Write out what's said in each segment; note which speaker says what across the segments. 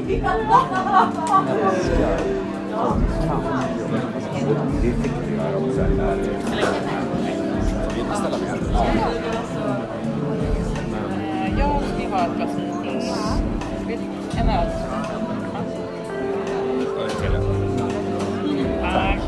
Speaker 1: Det är viktigare också. Vi vill ställa med.
Speaker 2: Jag vill ha ett glas vin. En öl. Tack.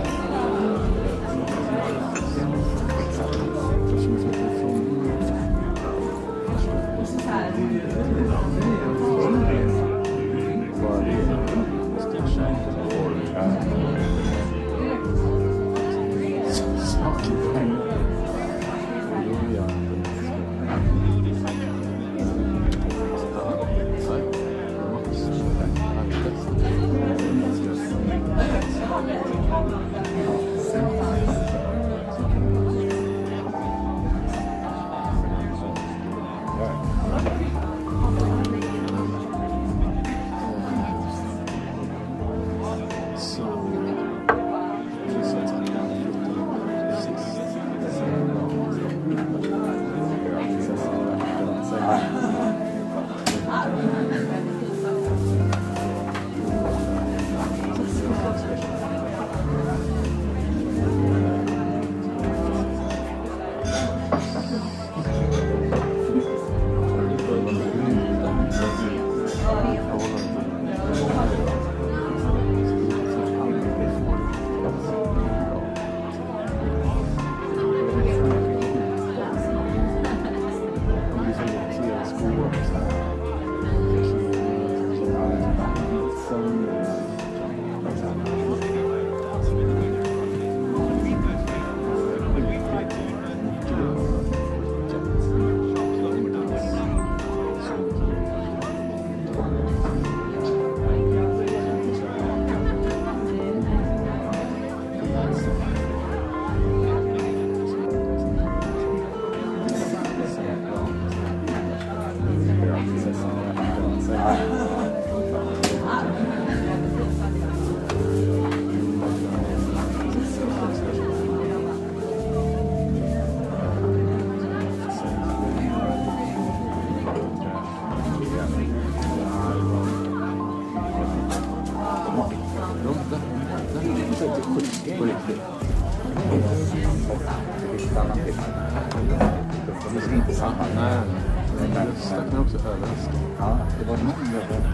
Speaker 1: Ja, det var någon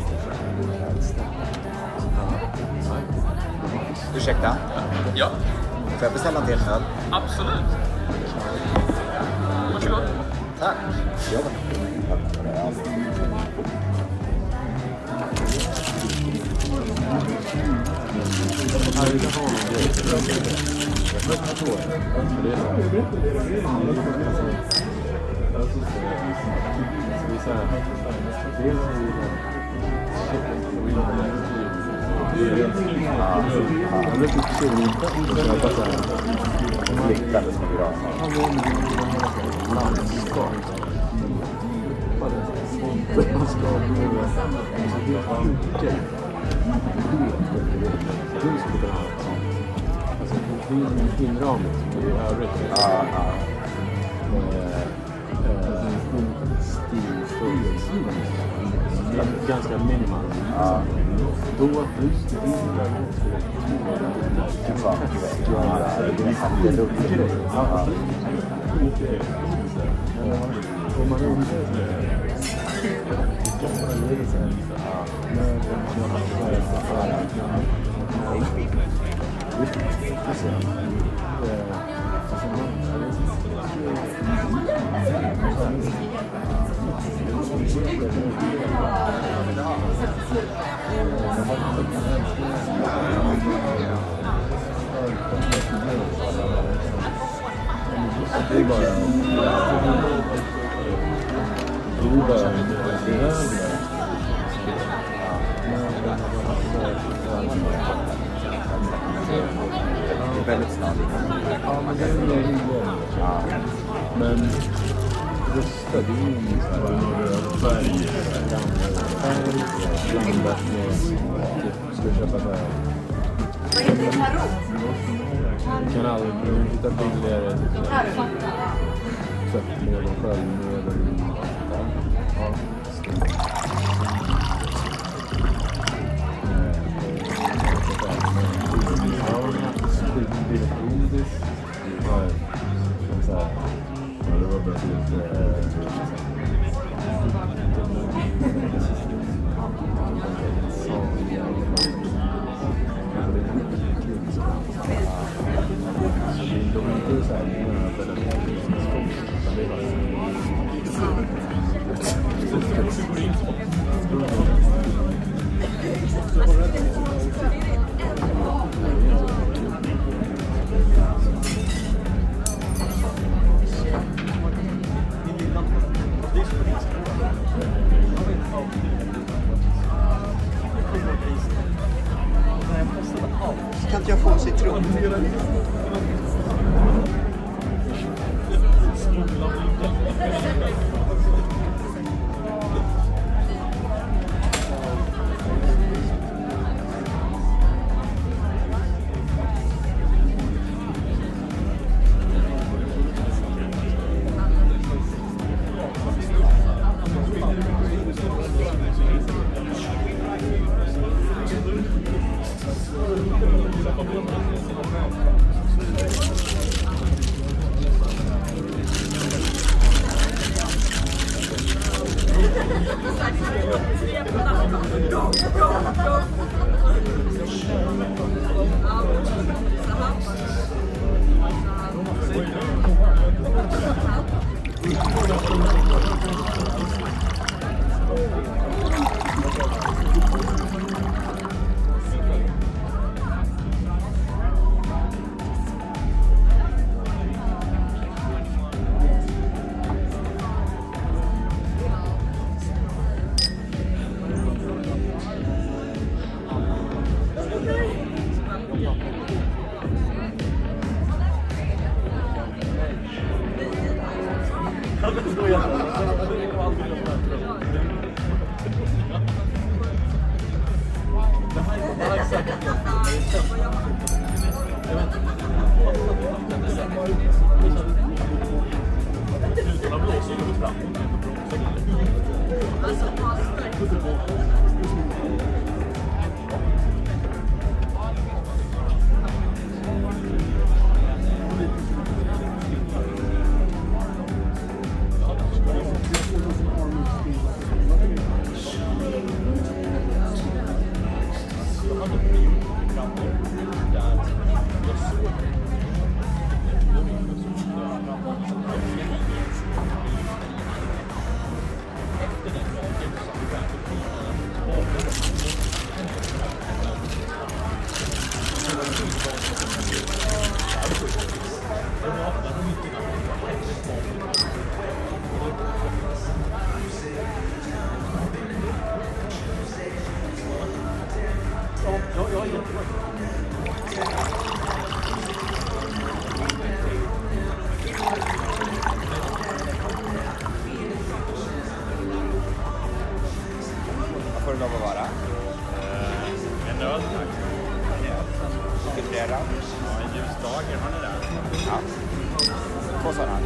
Speaker 1: ursäkta?
Speaker 3: Ja.
Speaker 1: Får jag beställa en del öl?
Speaker 3: Absolut. Varsågod.
Speaker 1: Tack. Ja.
Speaker 4: Ganska minimal. Då just det
Speaker 1: Väldigt snabbt.
Speaker 4: Ja, men det är ju men röstade ju in så här färg blandat med ska köpa där.
Speaker 5: Vad heter det? Karo?
Speaker 4: Kan aldrig hitta billigare tvättmedel, sköljmedel. Ja.
Speaker 3: Kan inte jag få citron?
Speaker 1: Får det lov att vara?
Speaker 4: En öl tack.
Speaker 1: Filtrerad?
Speaker 4: Ja, en ljus dager, har ni det?
Speaker 1: Ja. 2 sådana.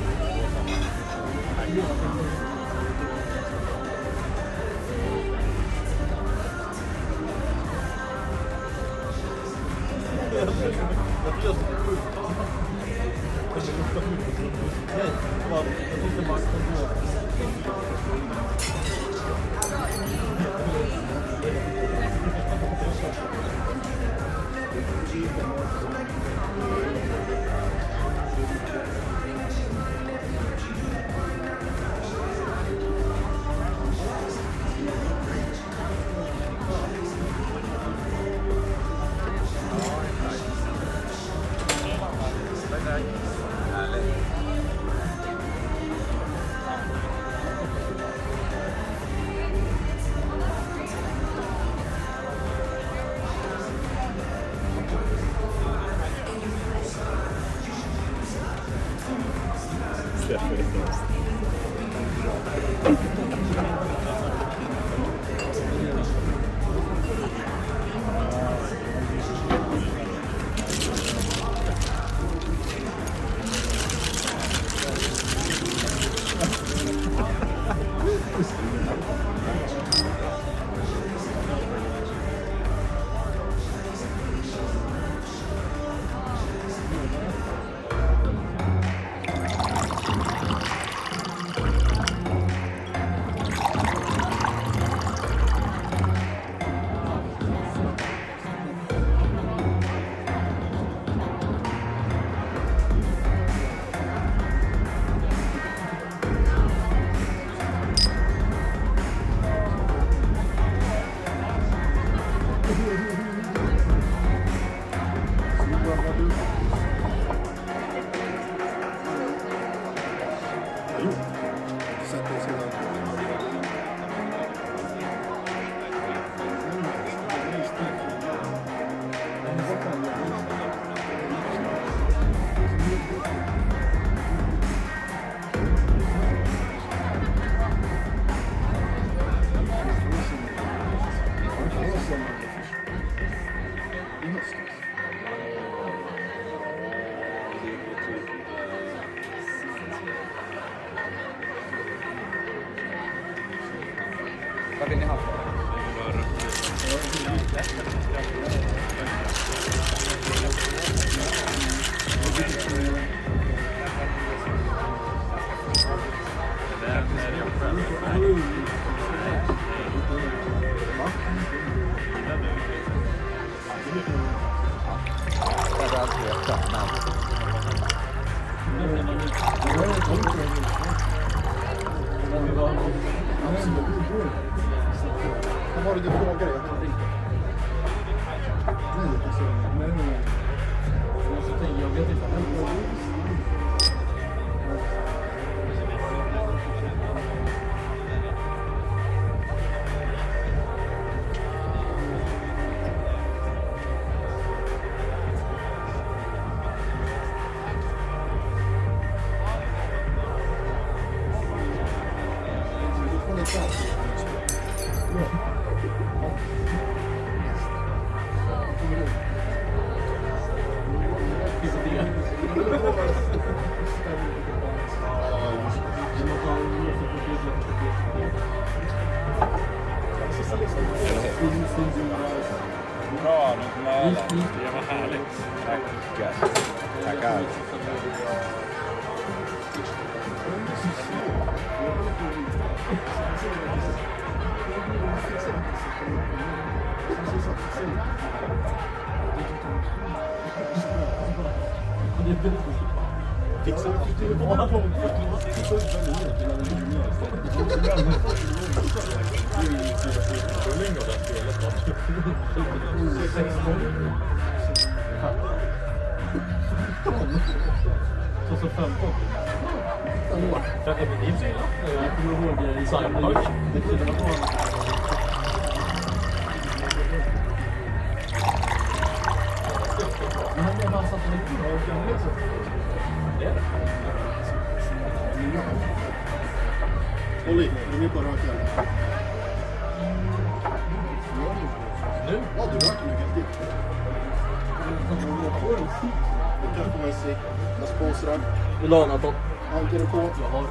Speaker 1: Vad vill ni ha?
Speaker 3: Vad var det du frågade?
Speaker 4: Jag vet inte.
Speaker 1: Bra, runt Mälen. Det var härligt. Tackar. Tackar.
Speaker 3: Fixar Håll i, det är bara rakt jävla. Nu? Ja, du rakt mycket till. Du kan få med sig med sponsrar.
Speaker 4: Vill du ha något då?
Speaker 3: Hankar du på?
Speaker 4: Jag har.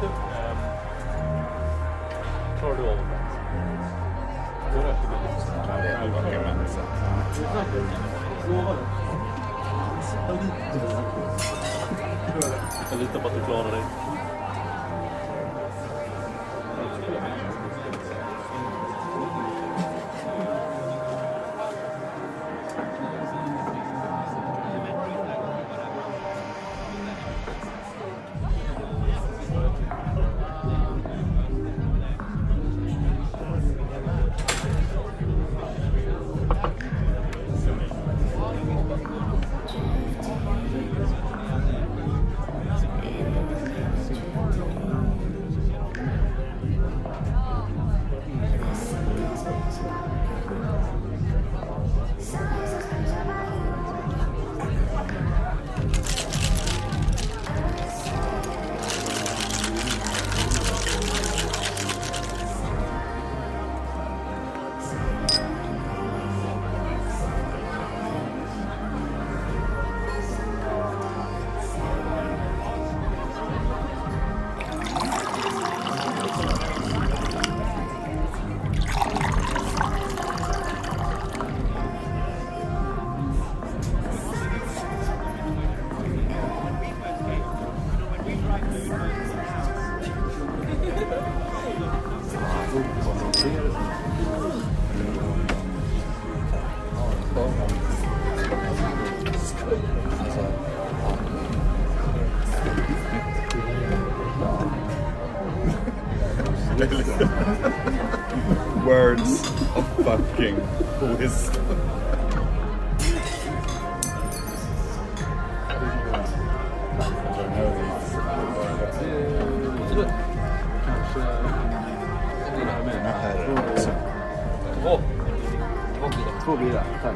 Speaker 4: Klarar du av det?
Speaker 1: Ja, det är 11 timmar.
Speaker 4: Jag litar på att du klarar dig.
Speaker 1: Words of fucking wisdom.
Speaker 3: Två bilar, tack.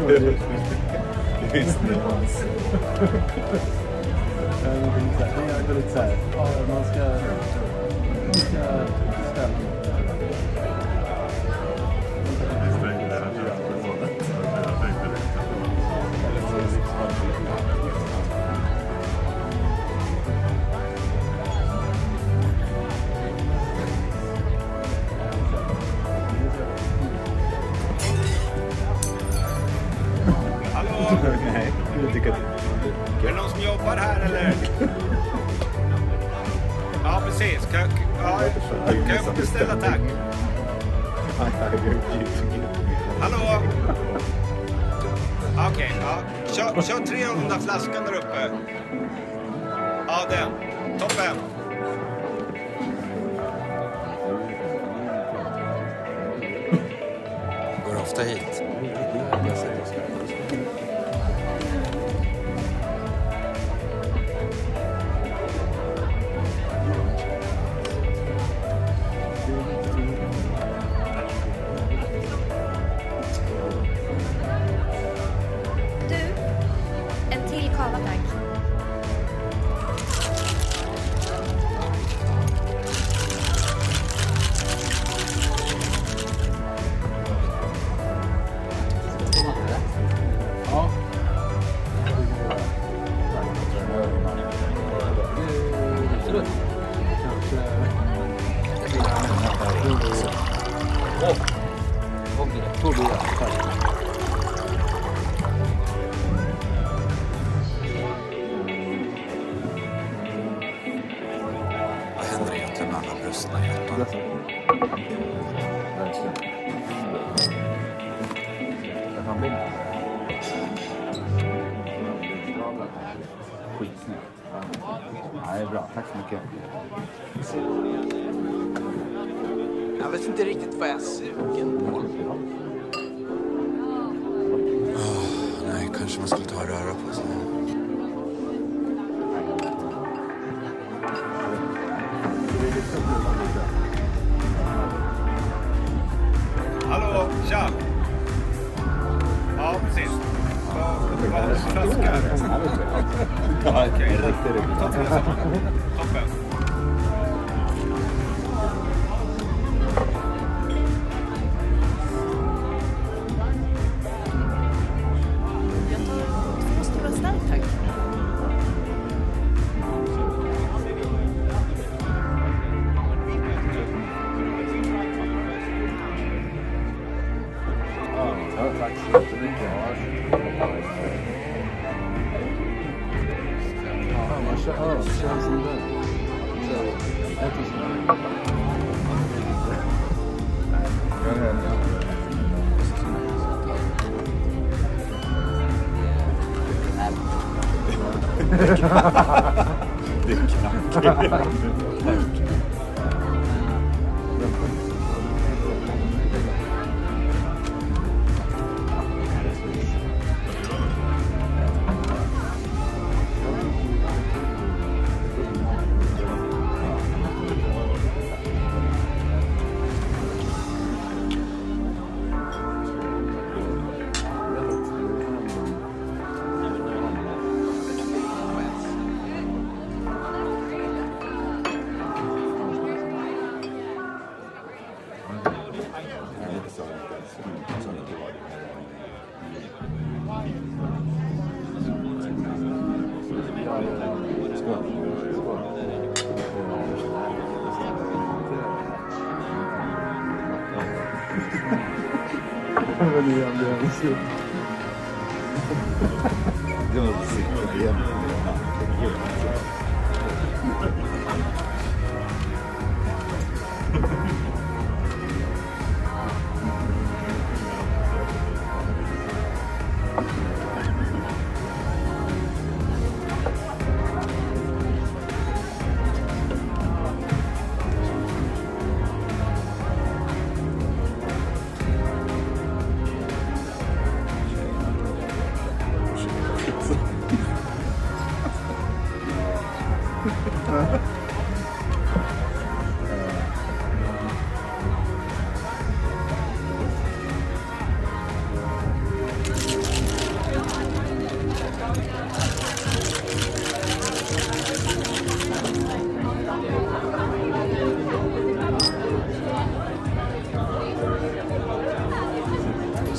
Speaker 1: Visst nyans.
Speaker 4: Det är lite så här. Ja, man ska ställa.
Speaker 1: Hallå? Nej, jag tycker att... Är det någon som jobbar här eller? Ja, precis. Kan jag få beställa, tack? Hallå? Okej, ja. Kör 300 flaskan där uppe. Ja, den. Toppen. Går ofta hit.
Speaker 5: En till kava, tack.
Speaker 4: Ja. Absolut. Två bilar.
Speaker 1: Vad händer egentligen med alla brustna hjärtan?
Speaker 4: Skitsnyggt. Ja, det är bra. Tack så mycket.
Speaker 6: Jag vet inte riktigt vad jag är sugen på.
Speaker 1: Nej, kanske man skulle ta och röra på sig. Hallå, tja! Ja, precis. Vad flaskar? Okej, toppen.
Speaker 2: Jag måste vara stark, tack.
Speaker 4: Ja, tack så jättemycket. Ja, man kör öl. Känns som det. Så, äter så.
Speaker 1: Det är knappt.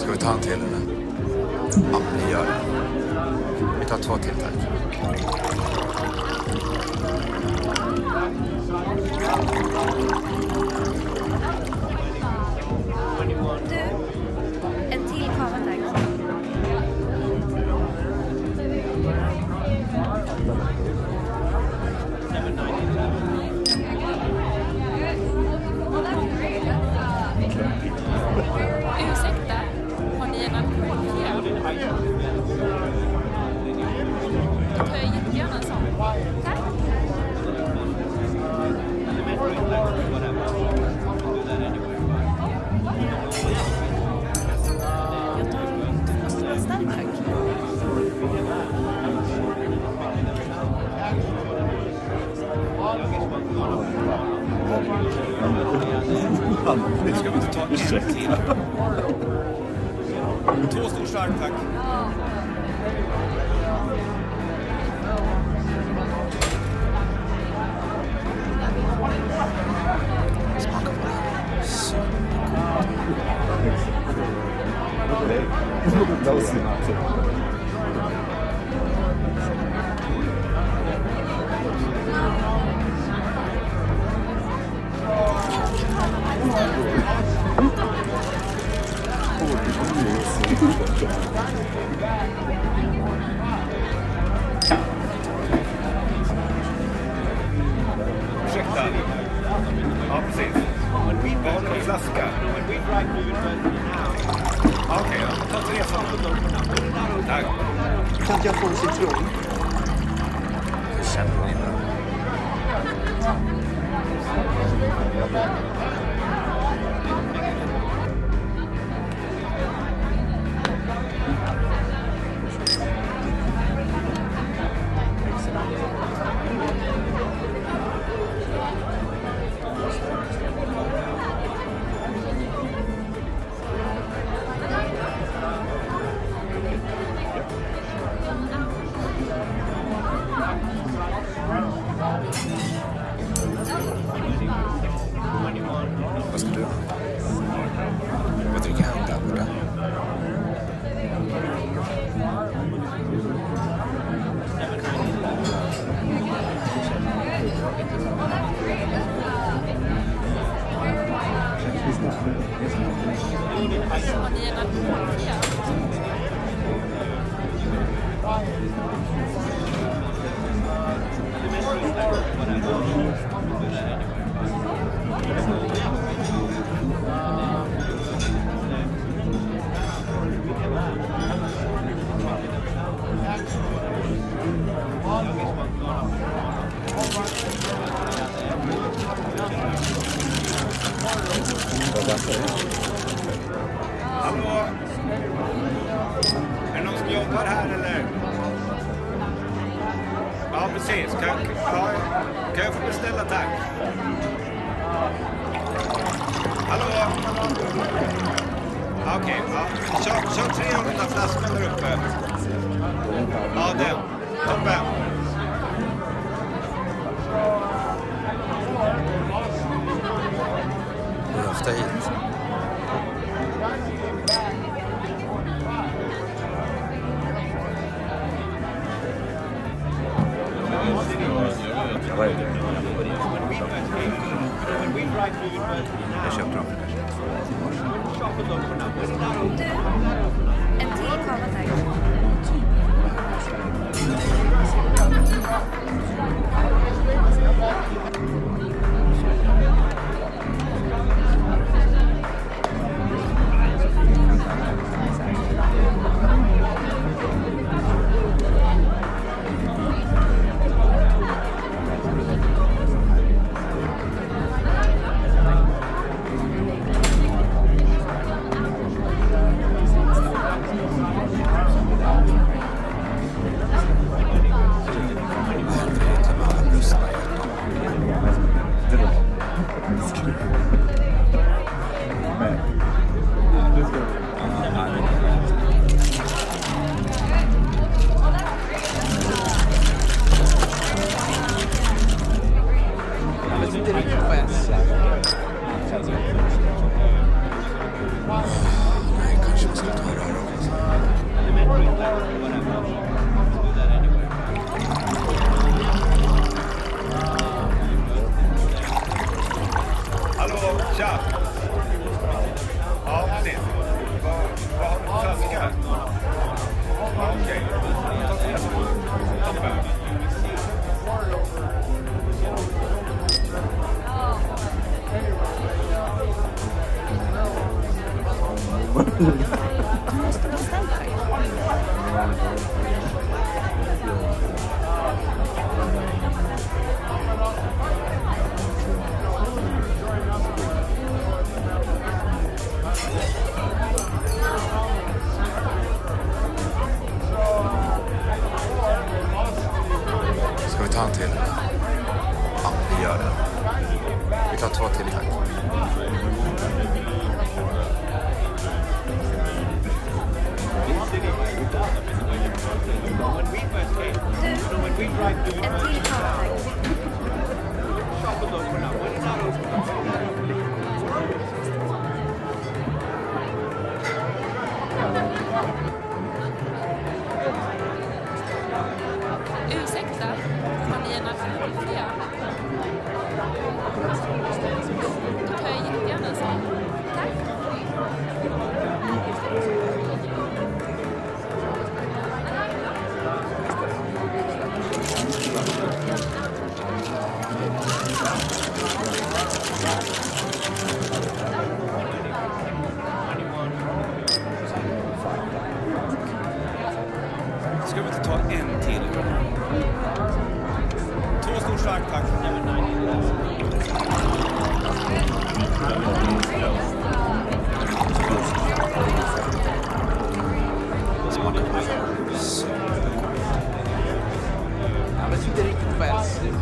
Speaker 7: Ska vi ta en till eller? Ja, vi gör det. Vi tar 2 till, tack.
Speaker 5: Du, en till kava tack.
Speaker 2: Ursäkta, har ni en alkoholfri? Då tar jag jättegärna en sån. Tack. Jag tar en stark.
Speaker 1: Ska vi inte ta en till? 2 stor stark, tack.
Speaker 7: Smaka på det.
Speaker 1: Ursäkta. Ja, precis. Vad har du för flaska? Okej, ta 3 sådana. Tack.
Speaker 3: Kan inte jag få en citron?
Speaker 7: Hur känner ni det? Vad ska du? Vad dricker han där borta?
Speaker 2: Har ni en alkoholfri?
Speaker 1: Hallå? Är det någon som jobbar här eller? Ja, precis. Kan jag få beställa, tack? Hallå? Okej, ja. Kör 3 av mina flaskor där uppe. Ja, den. Toppen.
Speaker 7: Du är ofta hit. Vad är det? Jag köpte dem.
Speaker 5: Du, en till kava tack.
Speaker 1: Hallå, tja! Ja, precis. Vad har du för taskar? Ja, okej. Ta med.
Speaker 7: Ska vi ta en till? Ja, vi gör det. Vi tar 2 till, tack.
Speaker 5: Ursäkta, har ni en alkoholfria? Då tar jag jättegärna en sån. Tack.
Speaker 1: Ska vi inte ta en till? 2 stor stark, tack.
Speaker 6: Jag vet inte riktigt vad jag ser.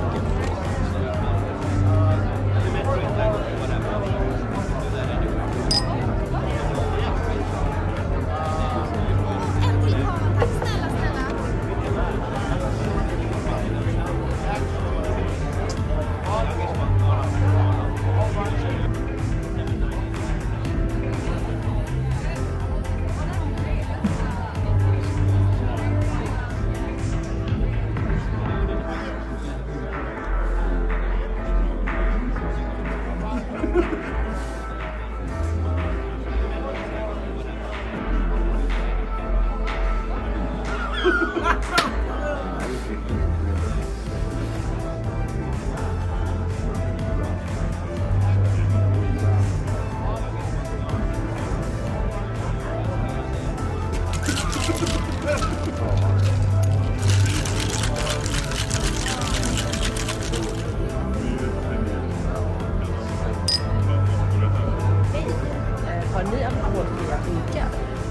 Speaker 2: Har ni alkoholfria drinkar?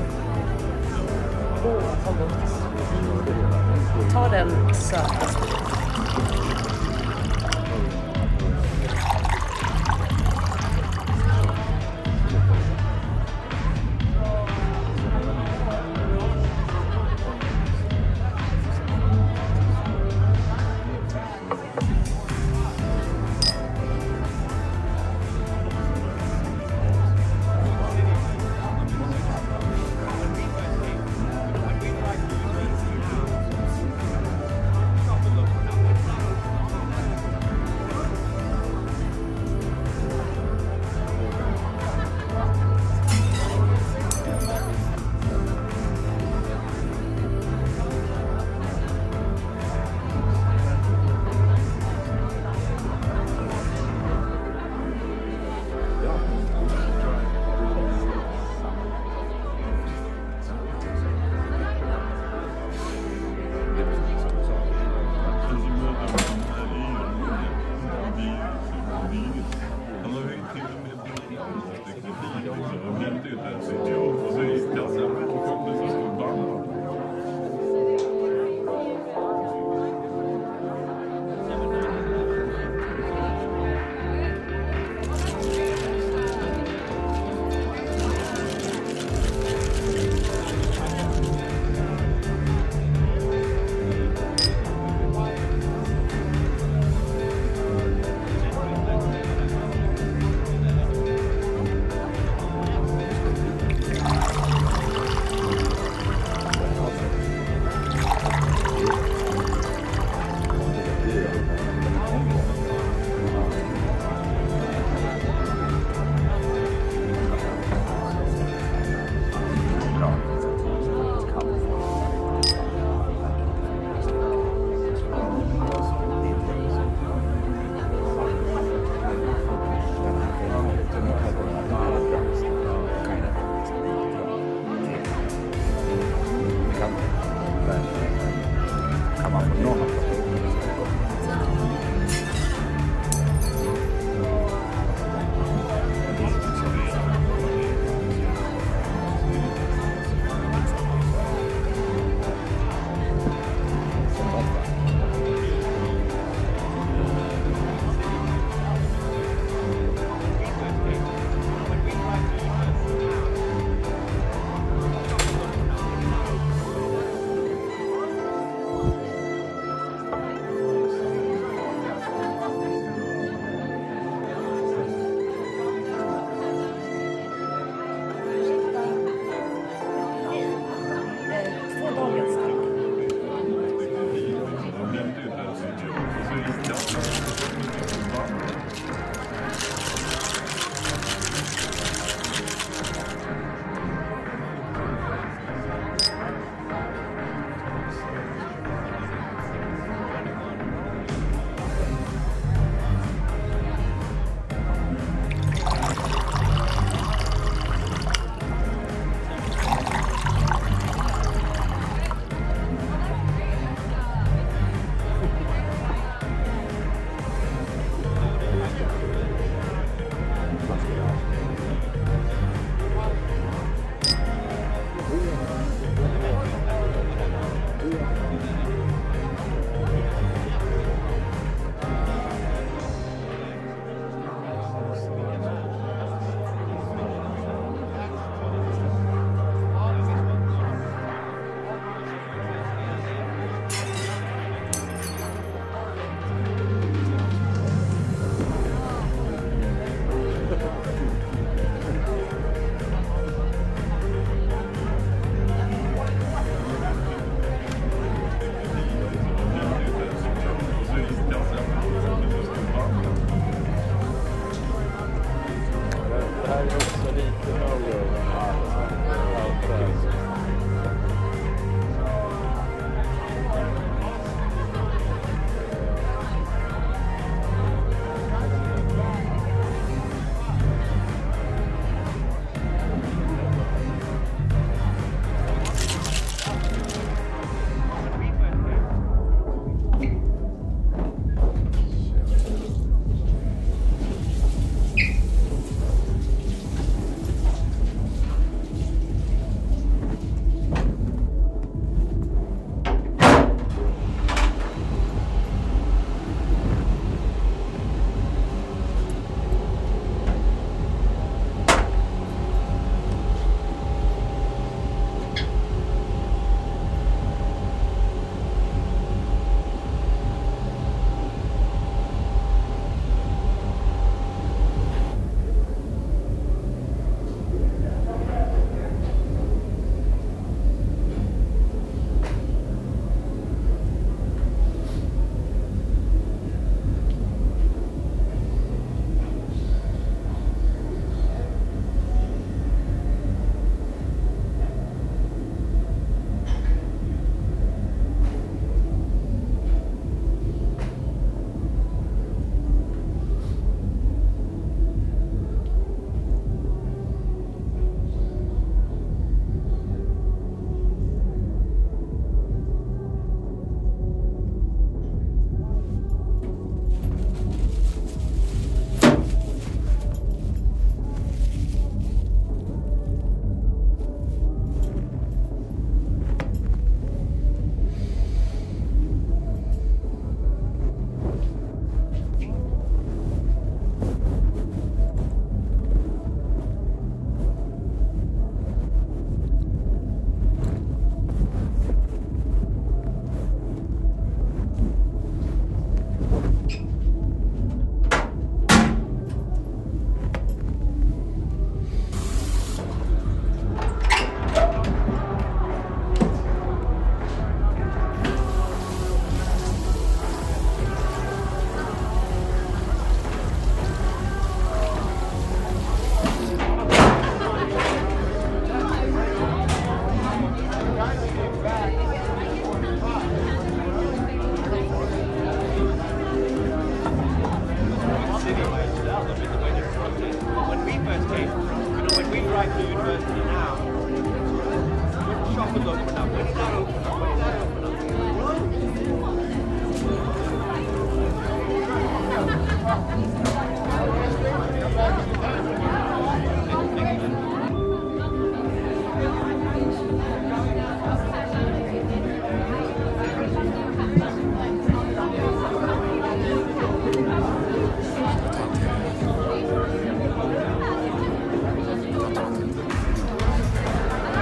Speaker 2: Vad gott. Ta den söta.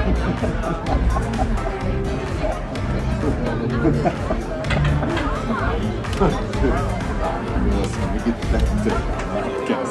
Speaker 4: Vilket bättre podcast.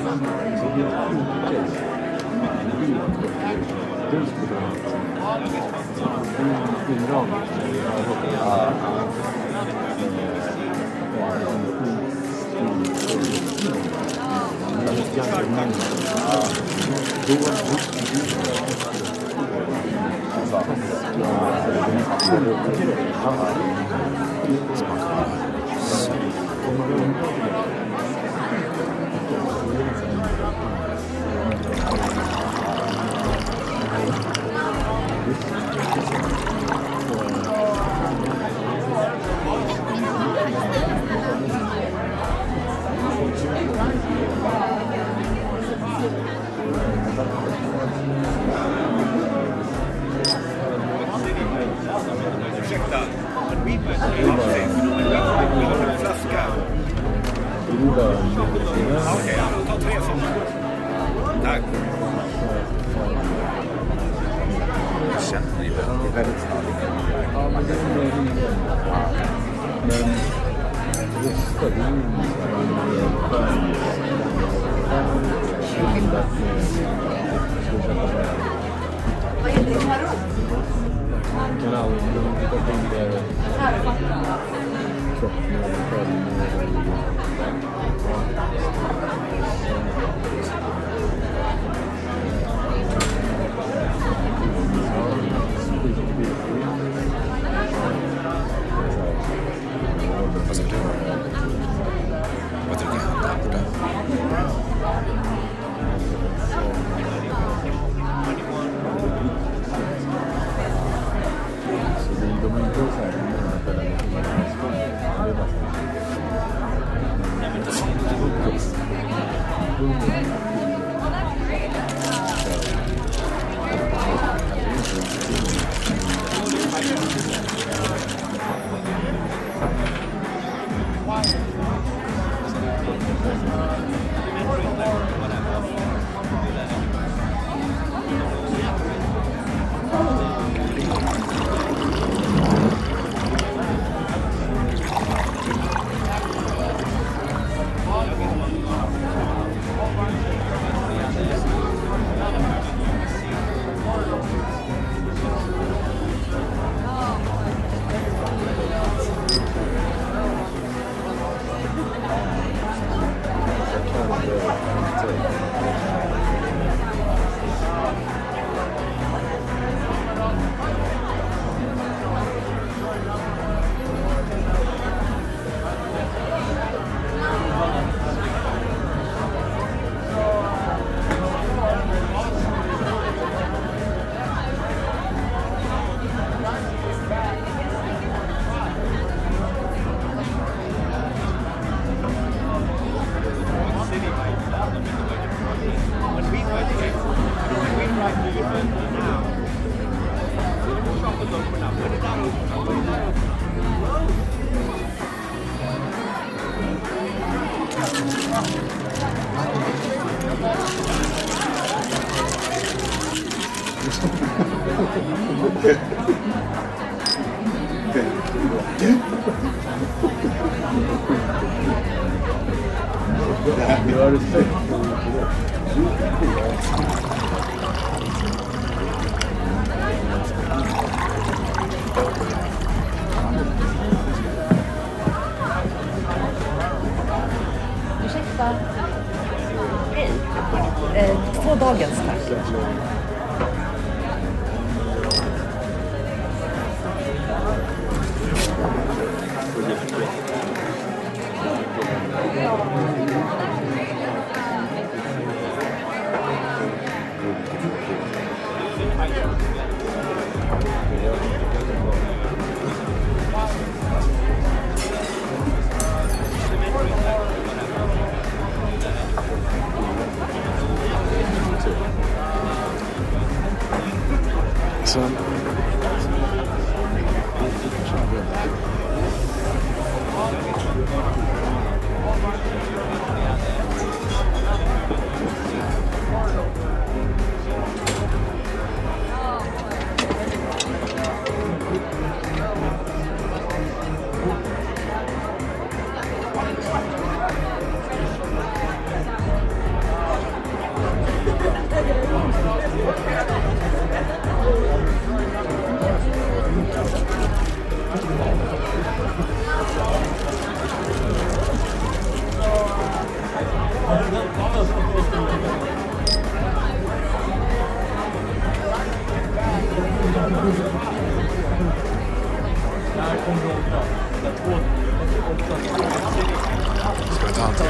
Speaker 1: Ursäkta, men vi behöver en flaska. Okej, ta 3 sådana. Tack.
Speaker 7: Jag känner det är väldigt snarligt.
Speaker 4: Ja, men det är mer rimligt. Men just det, det är ju men aldrig hitta billigare kroppar och självmord.
Speaker 7: Vad säger du? Vad tycker jag där borta?
Speaker 4: De är inte så här
Speaker 8: Ursäkta. Hej. 2 dagens tack.
Speaker 7: Så.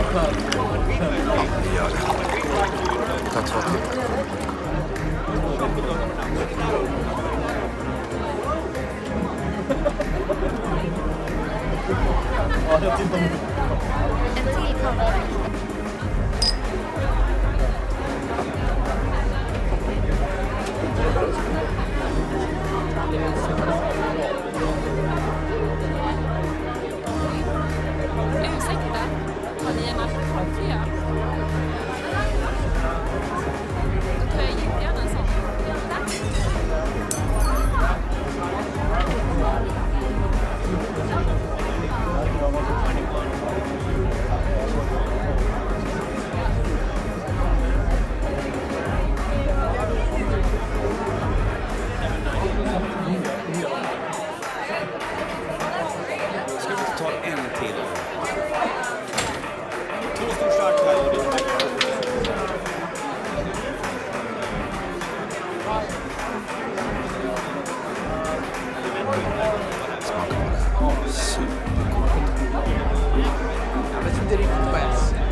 Speaker 7: Ja, vi gör det. Vi tar 2 till.
Speaker 5: Ursäkta, har ni en alkoholfria? Då tar jag jättegärna en sån. Tack.
Speaker 1: Ska vi ta en till? 2 stor starka och det
Speaker 6: Jag vet inte riktigt vad jag säger.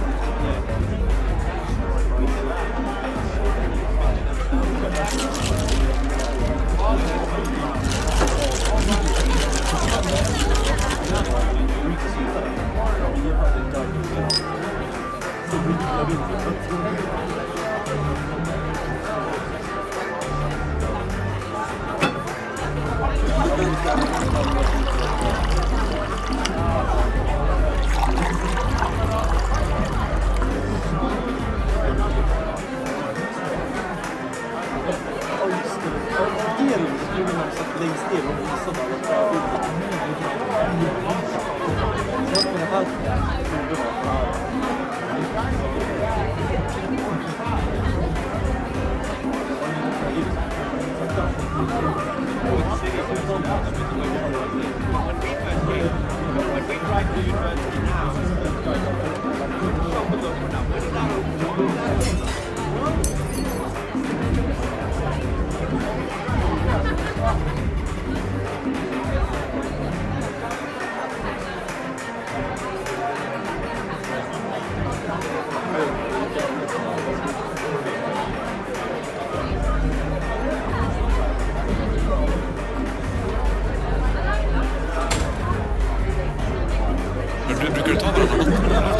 Speaker 9: Brukar du ta varandra?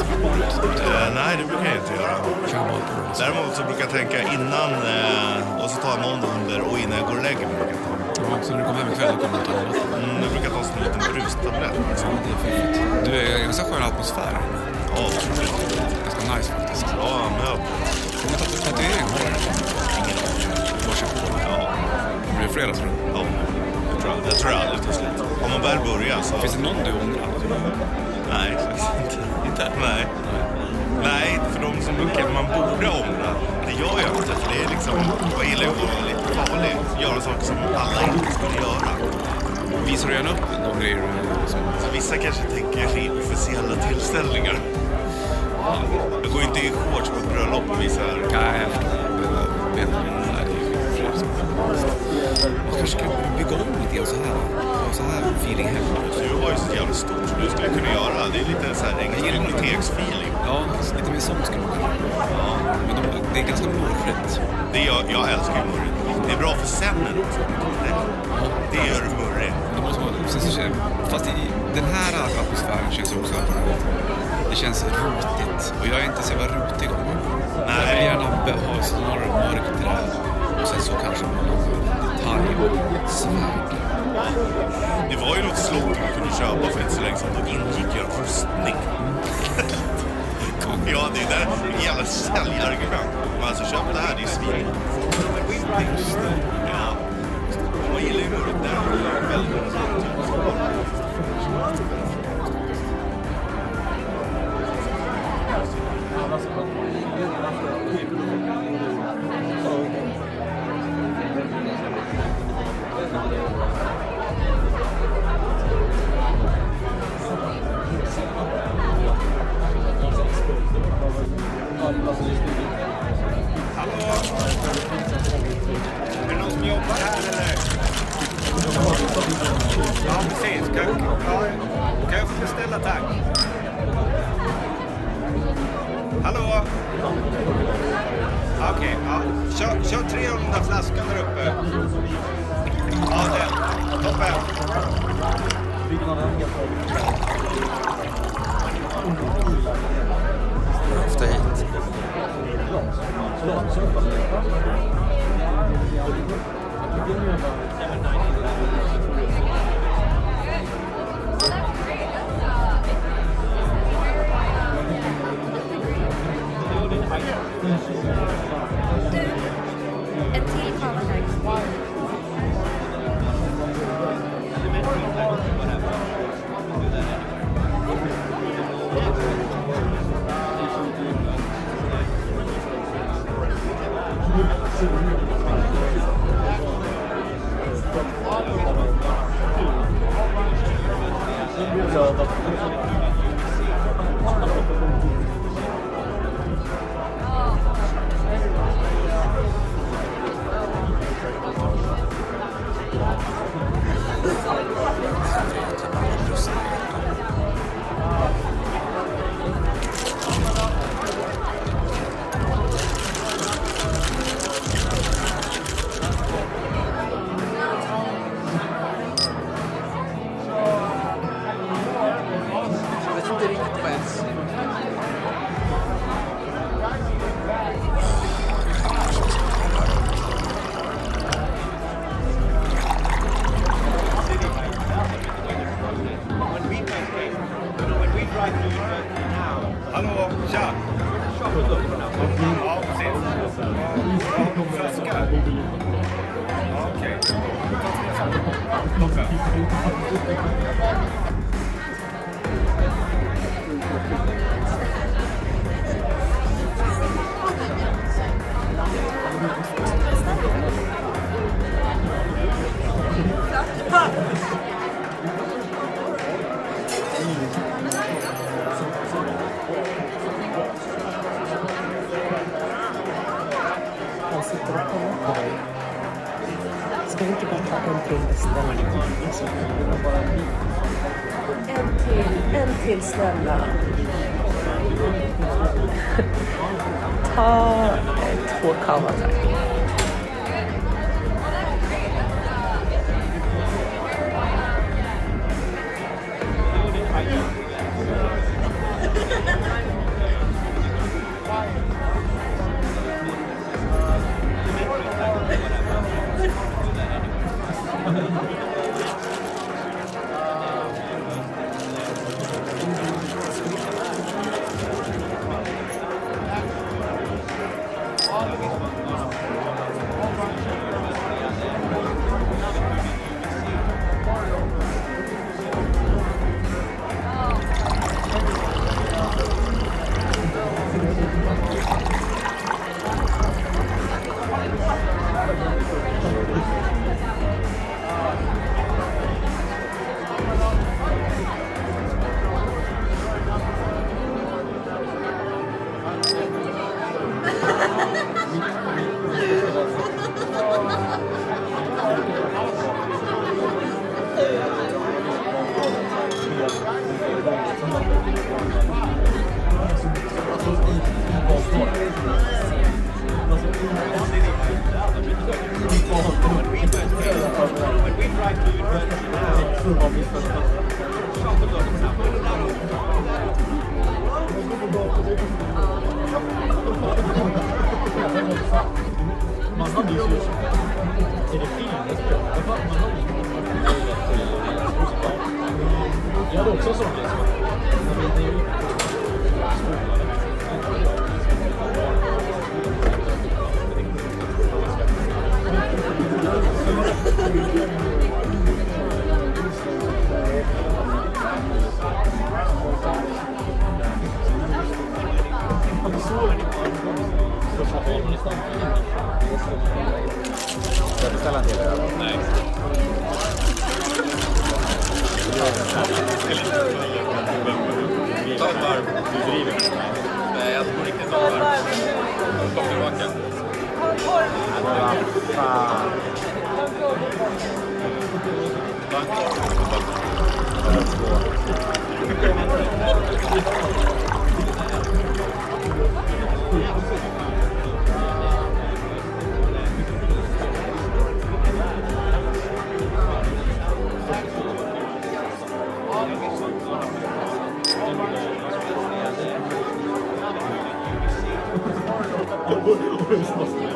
Speaker 1: Nej, det brukar jag inte göra. Däremot så brukar jag tänka innan och så tar jag någon under och innan jag går och lägger mig.
Speaker 9: Ja, så när du kommer hem ikväll kommer du ta något?
Speaker 1: Jag brukar ta en liten brustablett.
Speaker 9: Ja, det är fint. Du är ganska skön atmosfär.
Speaker 1: Ja, absolut.
Speaker 9: Ganska nice faktiskt.
Speaker 1: Ja, men
Speaker 9: Kommer du ta tatuering på dig?
Speaker 1: ingen aning.
Speaker 9: Du bara kör på.
Speaker 1: Ja,
Speaker 9: Det blir flera, tror du?
Speaker 1: ja. Jag tror aldrig tar slut. Om man väl börjar så...
Speaker 9: Finns det någon du ångrar?
Speaker 1: Nej, faktiskt inte. Nej. Nej, för de som man borde ångra, det gör jag inte. För det är liksom, jag gillar ju att vara lite farlig. Göra saker som alla inte skulle göra.
Speaker 9: Visar du gärna upp de grejer som...
Speaker 1: Vissa kanske tänker i officiella tillställningar. Jag går inte i shorts på bröllop och visar...
Speaker 9: Nej, jag förstår. Nej, det är ju främst. Man kanske kan bygga om lite och så här feeling hemma.
Speaker 1: Du har ju så jävla stort som du skulle kunna göra. Det är lite så här engelsk biblioteksfeeling.
Speaker 9: Ja, lite mer sånt skulle man kunna. Ja, men det är ganska mörkt.
Speaker 1: Jag älskar ju murrig. Det är bra för sämnen också. Det gör det murrig.
Speaker 9: Fast i den här atmosfären känns också att det känns rotigt. Och jag är inte så jävla rotig om det.
Speaker 1: Nej.
Speaker 9: Jag vill gärna ha snarare mörkt i det här. Och sen så kanske någon detalj och svärk.
Speaker 1: Det var ju något slott man kunde köpa för inte så länge sedan. Då ingick jag rustning. Ja, det är där en jävla säljargument. Men alltså köp det här, det är svin. Ja. Man gillar ju mörkt där. Väldigt Är det någon som jobbar här eller? Ja, precis. Hallå? Okej, ja. Kör 300 flaskor där uppe. Ja, det. Toppen.
Speaker 7: Ofta hit.
Speaker 5: En till kava tack.
Speaker 1: Hallå, tja! Ja, precis. Flaska. Ja, okej. Toppen.
Speaker 8: Han sitter och kollar på dig. Ska vi inte bara ta en till beställning? En till snälla. Ta 2 kava tack.
Speaker 4: Och vem som måste